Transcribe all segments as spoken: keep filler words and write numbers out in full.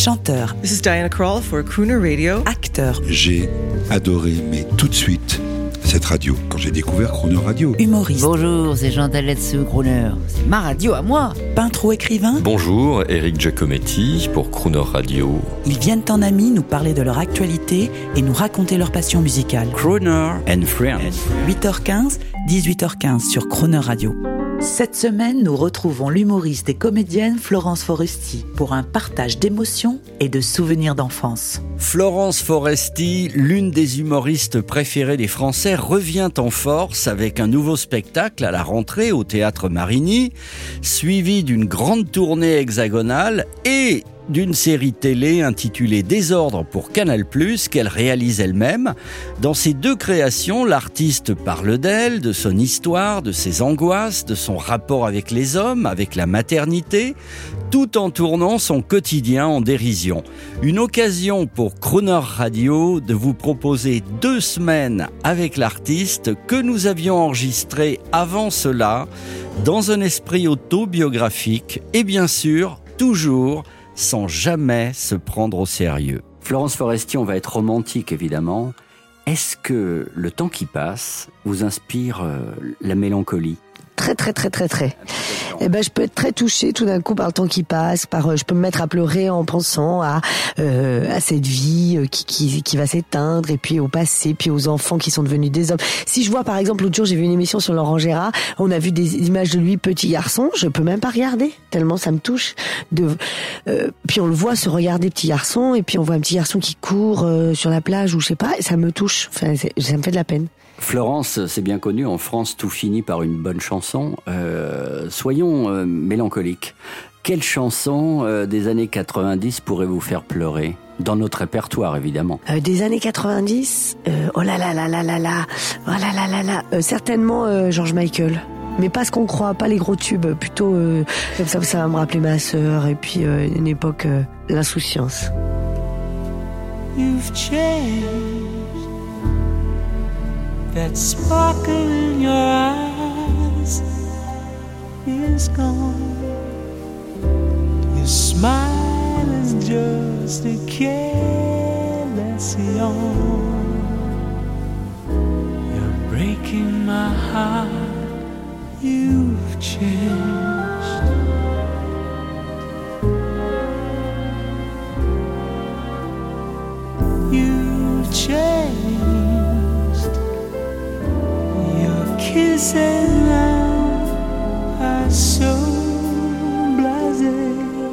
chanteur. This is Diana Krall for Crooner Radio. Acteur. J'ai adoré, mais tout de suite, cette radio, quand j'ai découvert Crooner Radio. Humoriste. Bonjour, c'est Jean Taletsu, Crooner. C'est ma radio à moi. Peintre ou écrivain. Bonjour, Eric Giacometti pour Crooner Radio. Ils viennent en amis nous parler de leur actualité et nous raconter leur passion musicale. Crooner and Friends. huit heures quinze, dix-huit heures quinze sur Crooner Radio. Cette semaine, nous retrouvons l'humoriste et comédienne Florence Foresti pour un partage d'émotions et de souvenirs d'enfance. Florence Foresti, l'une des humoristes préférées des Français, revient en force avec un nouveau spectacle à la rentrée au Théâtre Marigny, suivi d'une grande tournée hexagonale et d'une série télé intitulée Désordre pour Canal plus, qu'elle réalise elle-même. Dans ces deux créations, l'artiste parle d'elle, de son histoire, de ses angoisses, de son rapport avec les hommes, avec la maternité, tout en tournant son quotidien en dérision. Une occasion pour Crooner Radio de vous proposer deux semaines avec l'artiste que nous avions enregistré avant cela, dans un esprit autobiographique et bien sûr, toujours sans jamais se prendre au sérieux. Florence Foresti, on va être romantique évidemment. Est-ce que le temps qui passe vous inspire euh, la mélancolie ? Très très très très très. Eh ben je peux être très touchée tout d'un coup par le temps qui passe, par euh, je peux me mettre à pleurer en pensant à euh, à cette vie euh, qui qui qui va s'éteindre et puis au passé, puis aux enfants qui sont devenus des hommes. Si je vois par exemple l'autre jour j'ai vu une émission sur Laurent Gérard, on a vu des images de lui petit garçon, je peux même pas regarder tellement ça me touche. De euh, puis on le voit se regarder petit garçon et puis on voit un petit garçon qui court euh, sur la plage ou je sais pas, et ça me touche. Enfin ça me fait de la peine. Florence, c'est bien connu, en France, tout finit par une bonne chanson. Euh, soyons euh, mélancoliques. Quelle chanson euh, des années quatre-vingt-dix pourrait vous faire pleurer ? Dans notre répertoire, évidemment. Euh, des années quatre-vingt-dix euh, Oh là là là là là là Oh là là là là euh, Certainement euh, George Michael. Mais pas ce qu'on croit, pas les gros tubes. Plutôt, euh, comme ça, ça va me rappeler ma sœur. Et puis, euh, une époque, euh, l'insouciance. You've changed. That sparkle in your eyes is gone. Your smile is just a careless yawn. You're breaking my heart. You've changed. You've changed. Kisses now are so blasé.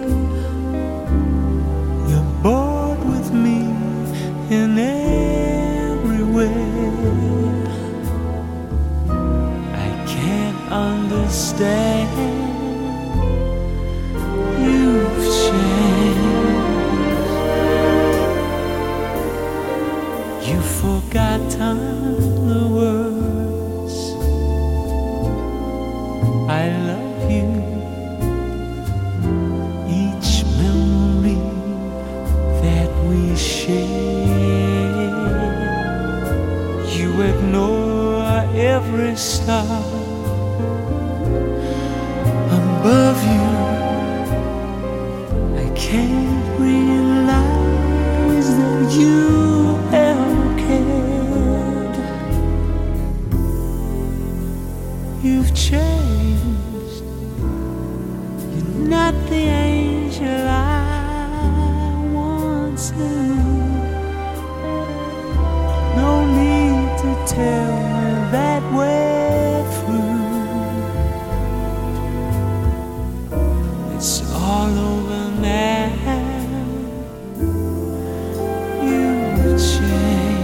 You're bored with me in every way. I can't understand. You've changed. You've forgotten the words I love you. Each memory that we share, you ignore every star above you. I can't realize that you ever cared. You've changed. Not the angel I once knew. No need to tell me that we're through. It's all over now. You've changed.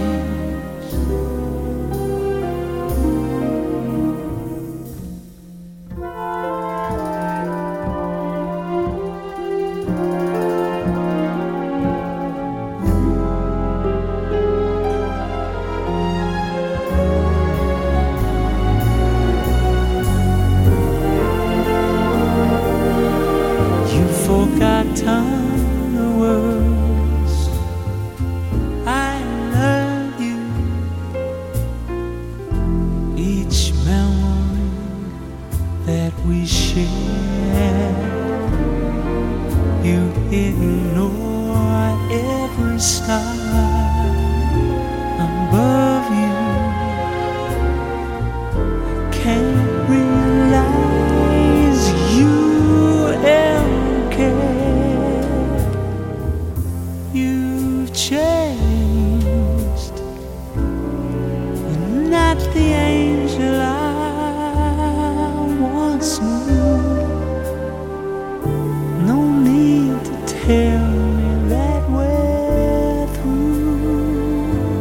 Forgotten the words I love you. Each memory that we share, you ignore star above you. Can't realize you ever cared. You've changed. You're not the angel I once knew. No need to tell me that we're through.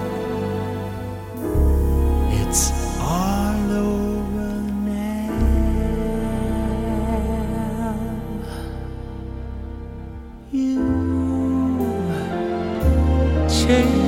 It's all over now. You changed.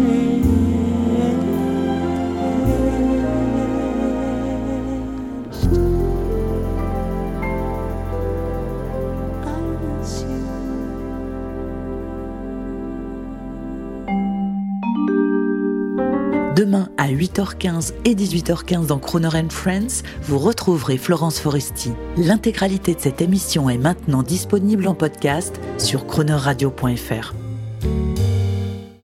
Demain à huit heures quinze et dix-huit heures quinze dans Croner and Friends, vous retrouverez Florence Foresti. L'intégralité de cette émission est maintenant disponible en podcast sur croner radio point f r.